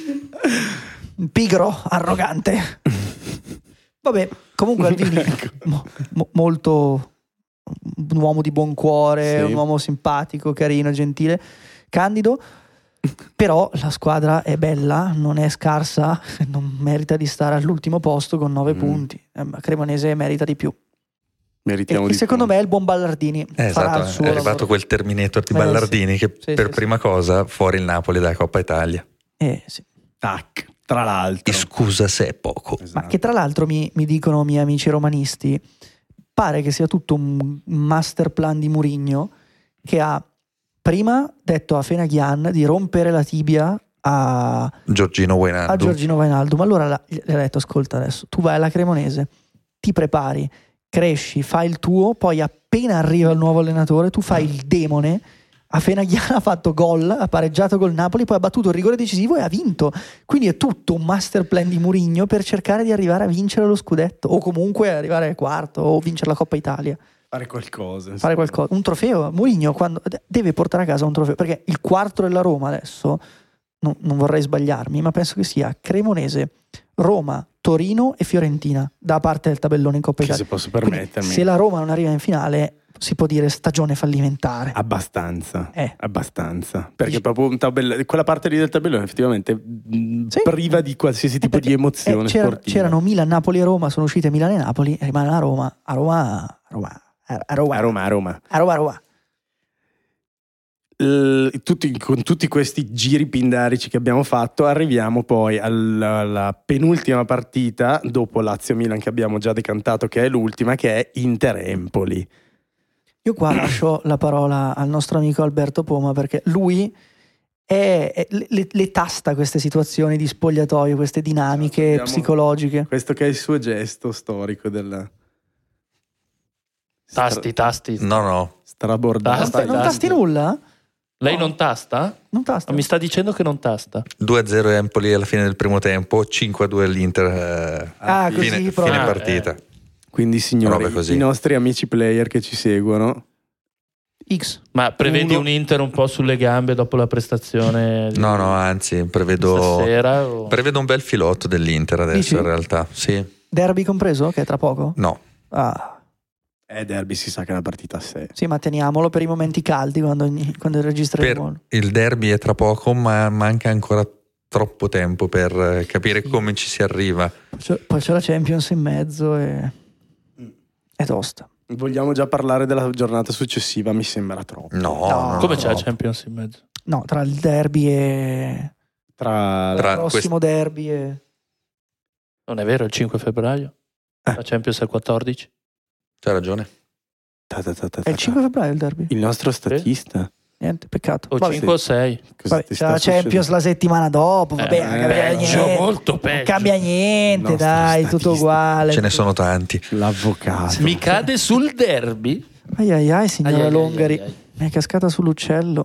Pigro, arrogante. Vabbè, comunque Alvini mo- mo- molto un uomo di buon cuore, Sì. un uomo simpatico, carino, gentile, candido. Però la squadra è bella, non è scarsa, non merita di stare all'ultimo posto con nove Mm. punti. Eh, ma Cremonese merita di più. Meritiamo E, di e secondo più. me il buon Ballardini Eh, farà esatto, il suo è arrivato lavoro. quel Terminator di Eh, Ballardini che Sì, per sì, prima cosa fuori il Napoli dalla Coppa Italia. Eh, sì. Tac, tra l'altro. E scusa se è poco. Esatto. Ma che tra l'altro mi, mi dicono i miei amici romanisti, pare che sia tutto un master plan di Mourinho, che ha prima detto a Fenaghian di rompere la tibia a, Giorgino a Wijnaldum. Giorgino Wijnaldum. Allora la- gli ha detto: ascolta, adesso tu vai alla Cremonese, ti prepari, cresci, fai il tuo, poi appena arriva il nuovo allenatore tu fai il demone. A Fenaghian ha fatto gol, ha pareggiato col Napoli, poi ha battuto il rigore decisivo e ha vinto. Quindi è tutto un master plan di Mourinho per cercare di arrivare a vincere lo scudetto, o comunque arrivare al quarto, o vincere la Coppa Italia. Fare qualcosa. Fare qualcosa, un trofeo. Mourinho quando deve portare a casa un trofeo, perché il quarto della Roma adesso, no- non vorrei sbagliarmi, ma penso che sia Cremonese, Roma, Torino e Fiorentina da parte del tabellone in Coppa Che Italia. se posso Quindi, permettermi. se la Roma non arriva in finale, si può dire stagione fallimentare. Abbastanza, Eh. abbastanza. Perché Dici- proprio un tabell- quella parte lì del tabellone effettivamente mh, Sì. priva di qualsiasi tipo Eh, di emozione eh, c'era- sportiva. C'erano Milan, Napoli e Roma, sono uscite Milan e Napoli, rimane la Roma, a Roma, a Roma, a Roma, A Roma, a Roma. a Roma, a Roma. L- tutti- con tutti questi giri pindarici che abbiamo fatto arriviamo poi alla, alla penultima partita dopo Lazio-Milan che abbiamo già decantato, che è l'ultima, che è Inter-Empoli. Io qua lascio la parola al nostro amico Alberto Poma, perché lui è, è- le, le tasta queste situazioni di spogliatoio, queste dinamiche Abbiamo- psicologiche. Questo che è il suo gesto storico della Tasti, tasti. No, no. strabordata. Tasti, Non tasti nulla? Lei non tasta? Non tasta. Ah, mi sta dicendo che non tasta. due a zero Empoli alla fine del primo tempo, cinque a due all'Inter. eh, Ah, fine, così proprio. fine Ah, partita. Quindi signori, Robe così. i nostri amici player che ci seguono, X. Ma prevedi Uno- un Inter un po' sulle gambe dopo la prestazione di No, no, anzi, prevedo, stasera? O... prevedo un bel filotto dell'Inter adesso Dici? in realtà. Sì. Derby compreso, che è tra poco? No, Ah, Eh, derby si sa che è una partita a sé. sì, ma teniamolo per i momenti caldi quando, quando registreremo. per il derby è tra poco, ma manca ancora troppo tempo per eh, capire come ci si arriva. C'è- Poi c'è la Champions in mezzo e è tosta. Vogliamo già parlare della giornata successiva? Mi sembra troppo. No, No. no, Come no. c'è la Champions in mezzo? No, tra il derby e Tra, Tra il prossimo derby e... Non è vero, il cinque febbraio? Eh. La Champions è il quattordici? C'ha ragione. ta ta ta ta È il ta. cinque febbraio il derby? Il nostro statista. Niente, peccato. O Vabbè, cinque o sei? Cosa vabbè, ti c'è sta la Champions succedendo? la settimana dopo, vabbè, Eh, non cambia peggio, niente. molto Non peggio. cambia niente, Nostro dai, tutto statista. uguale. Ce ne sono tanti. L'avvocato. Mi cade sul derby? Ai ai ai, signora Ai, ai, ai, Longari, ai, ai. mi è cascata sull'uccello.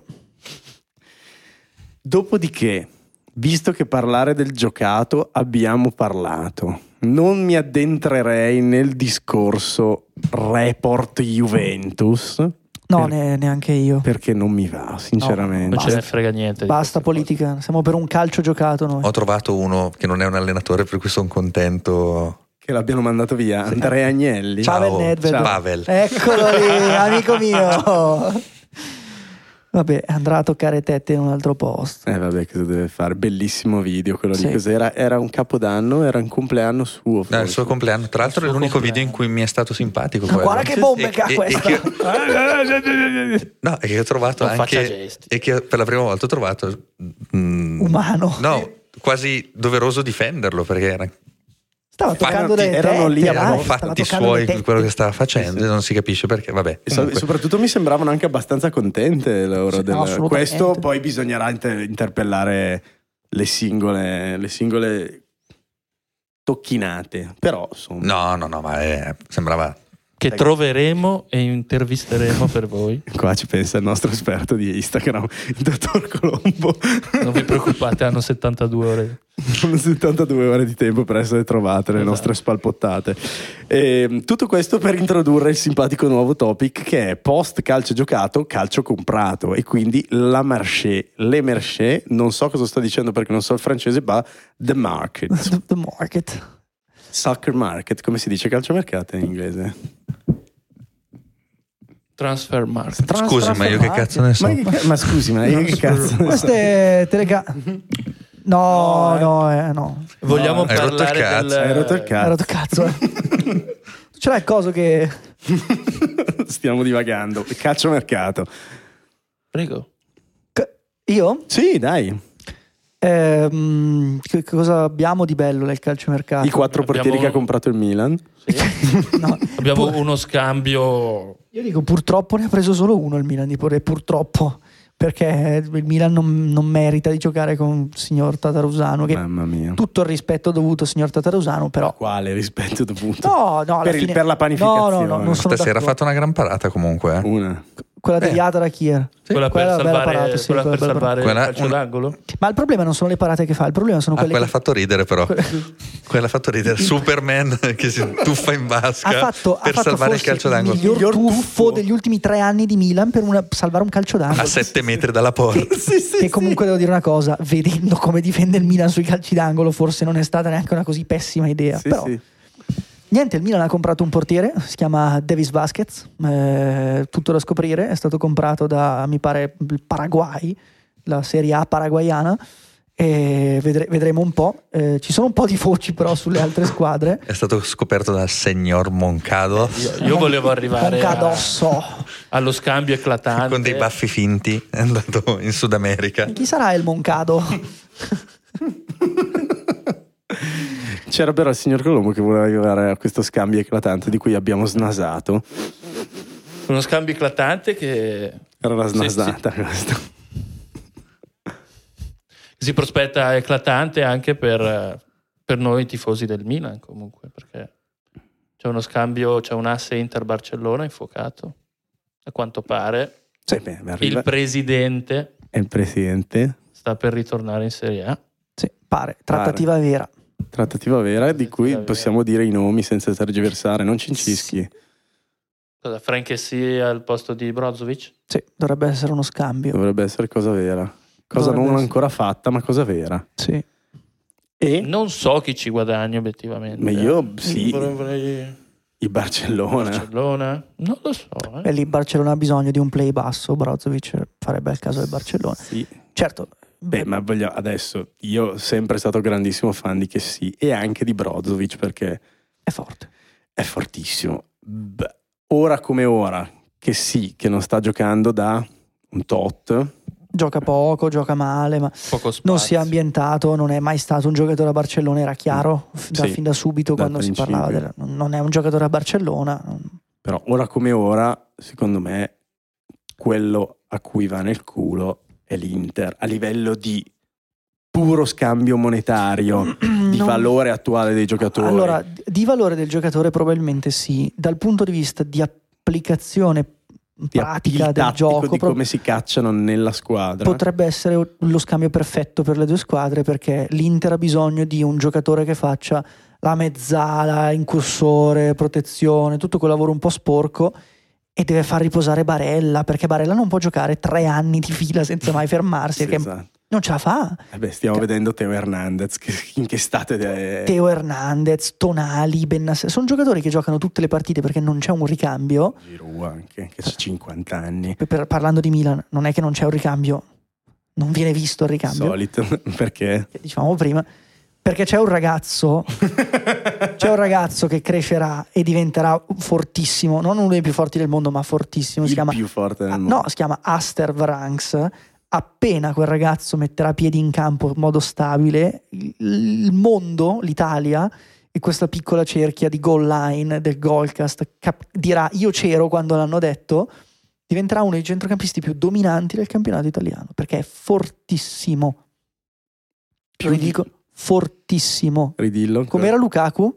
Dopodiché, visto che parlare del giocato abbiamo parlato, non mi addentrerei nel discorso report Juventus No, Per- ne- neanche io. perché non mi va, sinceramente. Non ce ne frega niente. di Basta queste politica, siamo per un calcio giocato noi. Ho trovato uno che non è un allenatore, per cui sono contento. Che l'abbiano mandato via. Andrea Agnelli. Ciao. Pavel Nedved. Ciao. Pavel. Eccolo lì, amico mio. Vabbè, andrà a toccare tette in un altro posto. Eh vabbè, cosa deve fare? Bellissimo video quello Sì. lì. Cos'era? Era un capodanno, era un compleanno suo. No, è il forse. suo compleanno. Tra l'altro è suo l'unico compleanno. video in cui mi è stato simpatico. Ma quello. guarda che bombe E- che ha e- e questa. che- no, e che ho trovato Non faccia anche. gesti. E che per la prima volta ho trovato. mm, Umano. No, quasi doveroso difenderlo perché era, Stava Fatti- toccando le tette. erano lì, dai, erano stava fatti toccando suoi le tette. quello che stava facendo Sì, sì. e non si capisce perché. Vabbè. E so- comunque. soprattutto mi sembravano anche abbastanza contente loro. Sì, del- no, assolutamente. Questo poi bisognerà inter- interpellare le singole, le singole tocchinate. Però insomma, No, no, no, ma è- sembrava. Che troveremo e intervisteremo per voi. qua ci pensa il nostro esperto di Instagram, il dottor Colombo. Non vi preoccupate, hanno settantadue ore. Sono settantadue ore di tempo per essere trovate le Esatto. nostre spalpottate. E, tutto questo per introdurre il simpatico nuovo topic che è post calcio giocato, calcio comprato, e quindi la marché, le marché, non so cosa sto dicendo perché non so il francese, ma the market, The, the market. soccer market, come si dice calciomercato in inglese? Transfer market. Trans- Scusi, ma io che cazzo ne so? Ma, che ca- ma scusi, ma io che cazzo ne so? Queste telega... No, no, eh, no. Vogliamo hai rotto il parlare cazzo, del... hai rotto il cazzo. Hai rotto cazzo. eh. Ce l'hai il coso che... Stiamo divagando. Calciomercato. Prego. Ca- Io? Sì, dai. Ehm, che che cosa abbiamo di bello nel calciomercato? I quattro Abbiamo- portieri che ha comprato il Milan. No. Abbiamo uno scambio... Io dico purtroppo ne ha preso solo uno il Milan di Porre, purtroppo, perché il Milan non, non merita di giocare con il signor Tatarusano, che Mamma mia. tutto il rispetto dovuto al signor Tatarusano, però Quale rispetto dovuto? no, no, alla Per il- fine- per la panificazione. No, no, no, non sono Stasera ha d'accordo. fatto una gran parata comunque. eh. Una. Quella Eh. deviata da Kier. Quella per Quella è una bella salvare, parata, sì, quella quella per è una bella salvare Quella- il calcio una- d'angolo? Ma il problema non sono le parate che fa, il problema sono Ah, quelle quella ha che... fatto ridere però. Quella ha fatto ridere. Superman che si tuffa in vasca ha fatto, per ha fatto salvare il forse calcio d'angolo. miglior, Miglior tuffo, tuffo. degli ultimi tre anni di Milan per una- salvare un calcio d'angolo. A sette metri dalla porta. Che comunque devo dire una cosa, vedendo come difende il Milan sui calci d'angolo, forse non è stata neanche una così pessima idea. Sì, Però sì. niente, il Milan ha comprato un portiere, si chiama Davis Vasquez, eh, tutto da scoprire, è stato comprato da, mi pare, il Paraguay, la Serie A paraguayana, e vedre- vedremo un po'. Eh, ci sono un po' di voci però sulle altre squadre. È stato scoperto dal signor Moncado Io, io volevo arrivare a- Moncadosso. allo scambio eclatante. con dei baffi finti. È andato in Sud America. Chi sarà il Moncado? C'era però il signor Colombo che voleva arrivare a questo scambio eclatante di cui abbiamo snasato. Uno scambio eclatante che Era una Sì, snasata questa. si prospetta eclatante anche per, per noi tifosi del Milan comunque, perché c'è uno scambio, c'è un asse Inter-Barcellona infuocato, a quanto pare. Sì, beh, arriva- Il presidente è il presidente. sta per ritornare in Serie A. Sì, pare, trattativa vera. Trattativa vera di cui Trattativa possiamo dire i nomi senza tergiversare. Non cincischi. Cosa, Frankessi al posto di Brozovic? Sì, dovrebbe essere uno scambio. Dovrebbe essere cosa vera. Cosa Dovrebbe non essere. ancora fatta, ma cosa vera. Sì. E? Non so chi ci guadagna obiettivamente. Ma io sì, Vorrei- vorrei- il Barcellona. Barcellona? Non lo so. Eh. E lì Barcellona ha bisogno di un play basso, Brozovic farebbe il caso del Barcellona. Sì. Certo, Beh, ma voglio adesso, io sempre stato grandissimo fan di Kessie e anche di Brozovic perché è forte. è fortissimo. Beh, ora come ora, Kessie che non sta giocando da un tot, Gioca poco, gioca male, ma Poco spazio. non si è ambientato, non è mai stato un giocatore a Barcellona, era chiaro f- da, Sì, fin da subito dal quando si principio. parlava del, non è un giocatore a Barcellona. però ora come ora, secondo me, quello a cui va nel culo è l'Inter, a livello di puro scambio monetario, di Non- valore attuale dei giocatori. Allora, di- di valore del giocatore probabilmente sì, dal punto di vista di applicazione Di pratica appeal del tattico, gioco, di pro- come si cacciano nella squadra. potrebbe essere lo scambio perfetto per le due squadre, perché l'Inter ha bisogno di un giocatore che faccia la mezzala, incursore, protezione, tutto quel lavoro un po' sporco, e deve far riposare Barella, perché Barella non può giocare tre anni di fila senza mai fermarsi, Sì, perché esatto. non ce la fa. Eh beh, stiamo vedendo Teo Hernandez, che, in che stato è. Teo Hernandez, Tonali, Bennassere, sono giocatori che giocano tutte le partite perché non c'è un ricambio. Giroud anche, che ha cinquanta anni. Per- per- parlando di Milan, non è che non c'è un ricambio, non viene visto il ricambio, Solito, perché? che dicevamo prima, perché c'è un ragazzo c'è un ragazzo che crescerà e diventerà fortissimo, non uno dei più forti del mondo, ma fortissimo. Il si chiama, più forte del ah, mondo. no, si chiama Aster Vranks. Appena quel ragazzo metterà piedi in campo in modo stabile, il, il mondo, l'Italia e questa piccola cerchia di goal line del Goalcast cap- dirà io c'ero quando l'hanno detto, diventerà uno dei centrocampisti più dominanti del campionato italiano, perché è fortissimo. Più Vi di- dico, fortissimo. Ridillo. Com'era Lukaku?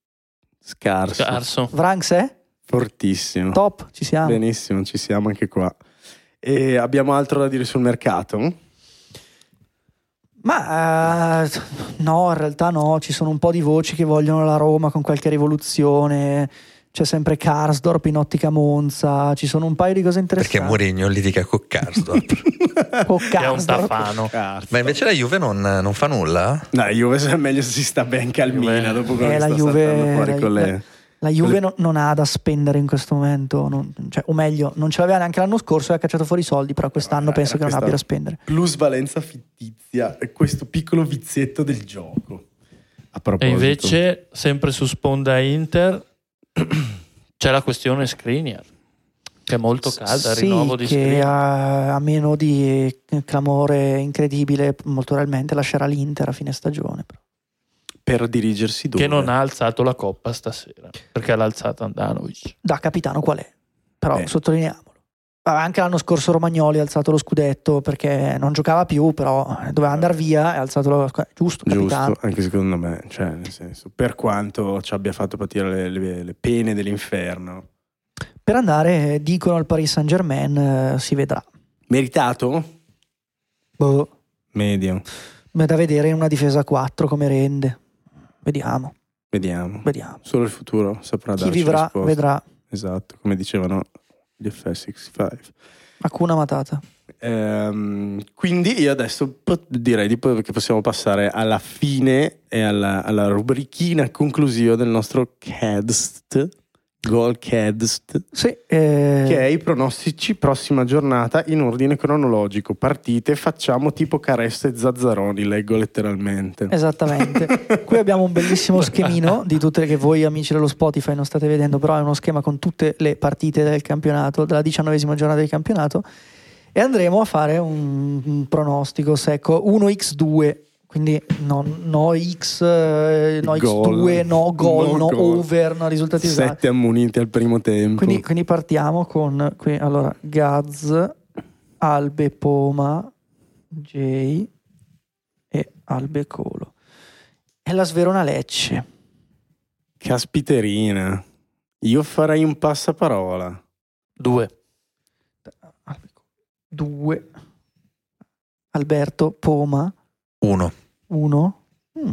Scarso. Scarso. Vranks è? Fortissimo. Top, ci siamo. Benissimo, ci siamo anche qua. E abbiamo altro da dire sul mercato? Ma eh, no, in realtà no, ci sono un po' di voci che vogliono la Roma con qualche rivoluzione. C'è sempre Karsdorp in ottica Monza, ci sono un paio di cose interessanti. Perché Mourinho litiga con Karsdorp. Con Che è un Karsdorp. tafano. Ma invece la Juve non, non fa nulla? No, Juve è meglio se si sta ben calmina dopo quello Eh, che la sta Juve- saltando fuori la- con le... la- La Juve no- non ha da spendere in questo momento, non- cioè, o meglio, non ce l'aveva neanche l'anno scorso e ha cacciato fuori i soldi, però quest'anno Era penso che non questa abbia da spendere. plusvalenza fittizia, e questo piccolo vizietto del gioco. A E proposito. invece, sempre su sponda Inter, c'è la questione Skriniar, che è molto calda, il Sì, rinnovo di che Skriniar. a, a meno di clamore incredibile, molto probabilmente lascerà l'Inter a fine stagione. però. Per dirigersi dove? Che non ha alzato la coppa stasera, perché l'ha alzata Andanovic. Da capitano qual è? Però Beh. sottolineiamolo. Ah, anche l'anno scorso Romagnoli ha alzato lo scudetto perché non giocava più, però doveva andare via e ha alzato lo scudetto. Giusto, capitano. Giusto, anche secondo me, cioè, nel senso, per quanto ci abbia fatto patire le, le- le pene dell'inferno. Per andare, dicono, al Paris Saint Germain, eh, si vedrà. Meritato? Boh, Medio. è da vedere in una difesa a quattro come rende. Vediamo, Vediamo. vediamo. Solo il futuro saprà Chi darci vivrà risposte. vedrà. Esatto, come dicevano gli F S sessantacinque. Hakuna Matata. Ehm, quindi io adesso po- direi di po- che possiamo passare alla fine e alla, alla rubrichina conclusiva del nostro Cadst, Goalcast, Sì, eh, che è i pronostici prossima giornata in ordine cronologico. Partite, facciamo tipo Caressa e Zazzaroni, leggo letteralmente. esattamente. Qui abbiamo un bellissimo schemino di tutte che voi amici dello Spotify non state vedendo, però è uno schema con tutte le partite del campionato, della diciannovesima giornata del campionato, e andremo a fare un, un pronostico secco uno a due. Quindi no, no X, eh, no Gol. X due, no gol, No no, gol. over, no risultati esatti. Sette ammoniti al primo tempo. Quindi, quindi partiamo con qui, allora Gaz, Albe Poma, J e Albe Colo. E la Sverona Lecce. Caspiterina, io farei un passaparola. Due. Albe Colo. Due. Alberto Poma. Uno. Uno. Mm.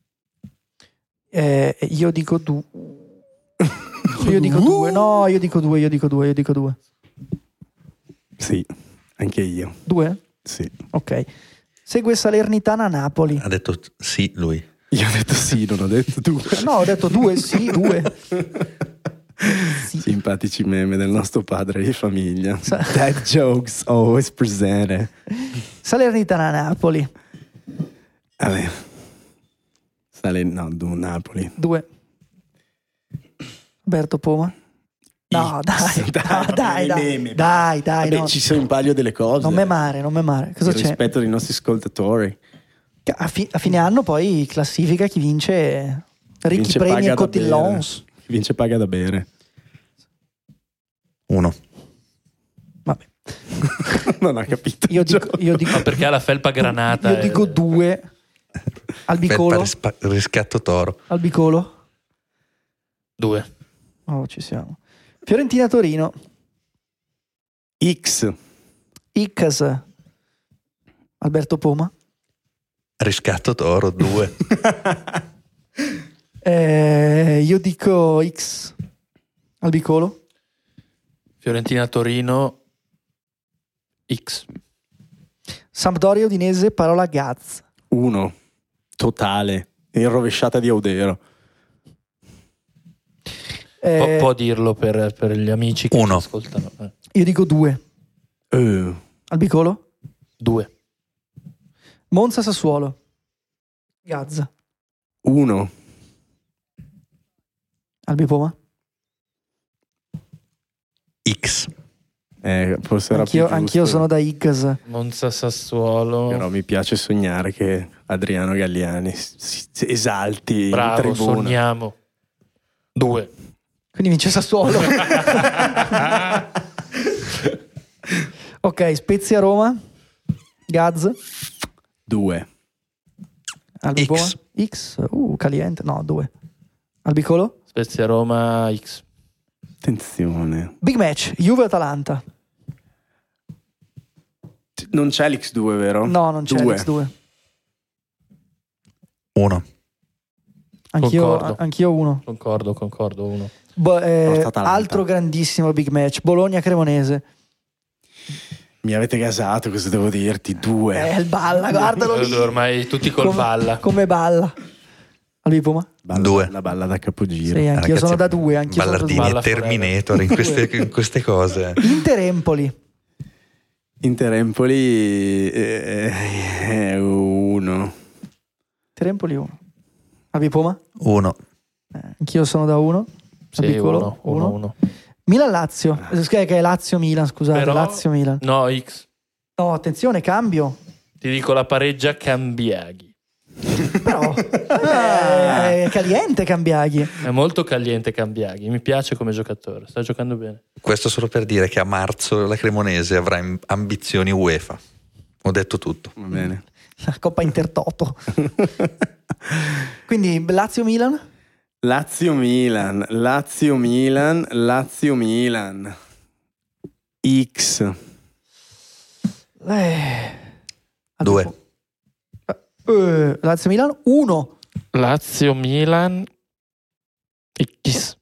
Eh, io dico due. Io dico due. No, io dico due, io dico due, io dico due. Sì, anche io. Due? Sì. Ok. Segue Salernitana Napoli. Ha detto sì lui. Io ho detto sì, non ho detto due. No, ho detto due, sì, due. Sì. Simpatici meme del nostro padre di famiglia. Sa- Dad jokes always presented. Salernitana-Napoli, Vabbè. Sale, no, du, Napoli. due. Alberto Poma. No, dai, dai, dai, dai, meme, dai, dai, Vabbè, no. ci sono in palio delle cose. Non me mare, non me mare. Cosa Il c'è? rispetto dei nostri ascoltatori. A, fi- a fine anno poi classifica chi vince ricchi Vince premi paga e da cotillons. bere. Chi vince paga da bere. Uno. Vabbè. Non ha capito. Io dico, io dico, Ma perché ha la felpa granata? io e- dico due. Albicolo. Felpa rispa- riscatto toro. Albicolo. Due. Oh, ci siamo. Fiorentina-Torino. X. Icas. Alberto Poma. Riscatto toro, due. Eh, io dico X. Albicolo. Fiorentina-Torino X. Sampdoria-Udinese, parola Gaz. Uno. Totale. In rovesciata di Audero. Eh, Pu- può dirlo per, per gli amici che Uno. ci ascoltano. Eh. io dico due. Eh. Albicolo. Due. Monza-Sassuolo. Gaz. Uno. Albipoma. X. Eh, forse era Anch'io, più anch'io giusto. sono da Icas. Monza-Sassuolo. Però mi piace sognare che Adriano Galliani si, si esalti in Bravo, tribuna. sogniamo. Due. Quindi vince Sassuolo. Ok, Spezia-Roma. Gaz. Due. Albipoma. X. X. Uh, caliente. No, due. Albicolo. Spezia-Roma X. Attenzione. Big match. Juve-Atalanta. Non c'è l'X due, vero? No, non c'è Due. l'X due. Uno. Anch'io, Concordo. anch'io uno. Concordo, concordo. Uno. Bo- eh, Forza Atalanta. altro grandissimo big match. Bologna-Cremonese. Mi avete gasato, cosa devo dirti? Due. Eh, il balla, guardalo lì. Ormai tutti col Come- balla. Come balla. Albipoma? Balla- Due. La balla da capogiro. Sì, anch'io Ragazzi, sono da due. Anch'io sono da Ballardini due. Balla e Terminator in queste, in queste cose. Inter-Empoli. Inter-Empoli eh, è uno. Inter-Empoli uno. Albipoma? Uno. Eh, anch'io sono da uno. Sì, Albicolo? uno, uno, uno. Milan-Lazio. Eh, Che è Lazio-Milan, scusate. Però- Lazio-Milan. No, X. No, attenzione, cambio. Ti dico la pareggia Cambiaghi. Però eh, è caliente Cambiaghi. È molto caliente Cambiaghi. Mi piace come giocatore. Sta giocando bene. Questo solo per dire che a marzo la Cremonese avrà im- ambizioni UEFA. Ho detto tutto. Va bene. La Coppa Intertoto. Quindi Lazio-Milan. Lazio-Milan. Lazio-Milan. Lazio-Milan. X. Eh, Due. eh, Lazio-Milan uno. Lazio-Milan X.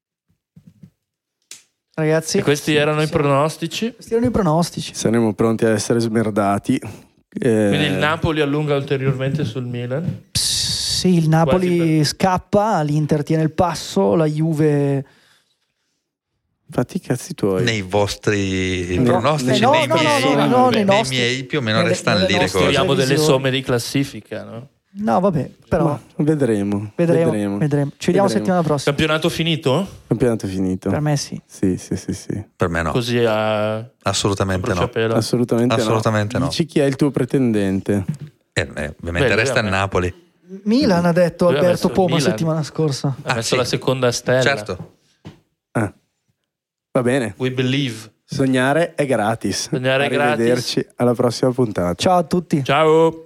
Ragazzi, E questi erano i pronostici. questi erano i pronostici. Saremo pronti ad essere smerdati. Eh, Quindi il Napoli allunga ulteriormente sul Milan. Pss, sì, il Napoli Quasi per- scappa, l'Inter tiene il passo, la Juve. Fatti i cazzi tuoi. Nei vostri No, pronostici, eh, no, nei, no, no, miei, no, no, no, nei nei nostri- miei più o meno nelle- restano nelle lì le nostre- cose. Tiriamo delle Televisione. somme di classifica, no? No, vabbè, però Ma vedremo. vedremo, Vedremo. vedremo. Ci vediamo Vedremo. settimana prossima. Campionato finito? Campionato finito. Per me sì. Sì, sì, sì, sì. Per me no, Così a, a assolutamente no. bruciapelo. Assolutamente, Assolutamente no. Dici chi è il tuo pretendente. Eh, eh, ovviamente Beh, resta lui il ha Napoli. Milan ha detto Lui ha Alberto messo Poma Milan. settimana scorsa. Ha Ah, messo sì. la seconda stella. Certo. Ah. Va bene. We believe. Sognare è gratis. Sognare è gratis. Arrivederci alla prossima puntata. Ciao a tutti. Ciao.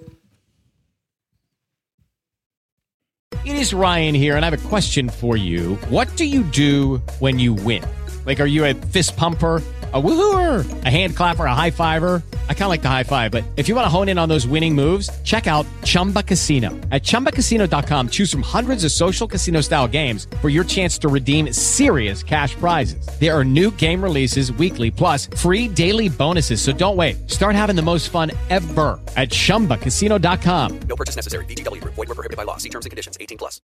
It is Ryan here, and I have a question for you. What do you do when you win? Like, are you a fist pumper, a woohooer, a hand clapper, a high fiver? I kind of like the high five, but if you want to hone in on those winning moves, check out Chumba Casino. At chumba casino dot com, choose from hundreds of social casino style games for your chance to redeem serious cash prizes. There are new game releases weekly, plus free daily bonuses. So don't wait. Start having the most fun ever at chumba casino dot com. No purchase necessary. V G W Group. Void where prohibited by law. See terms and conditions. eighteen plus.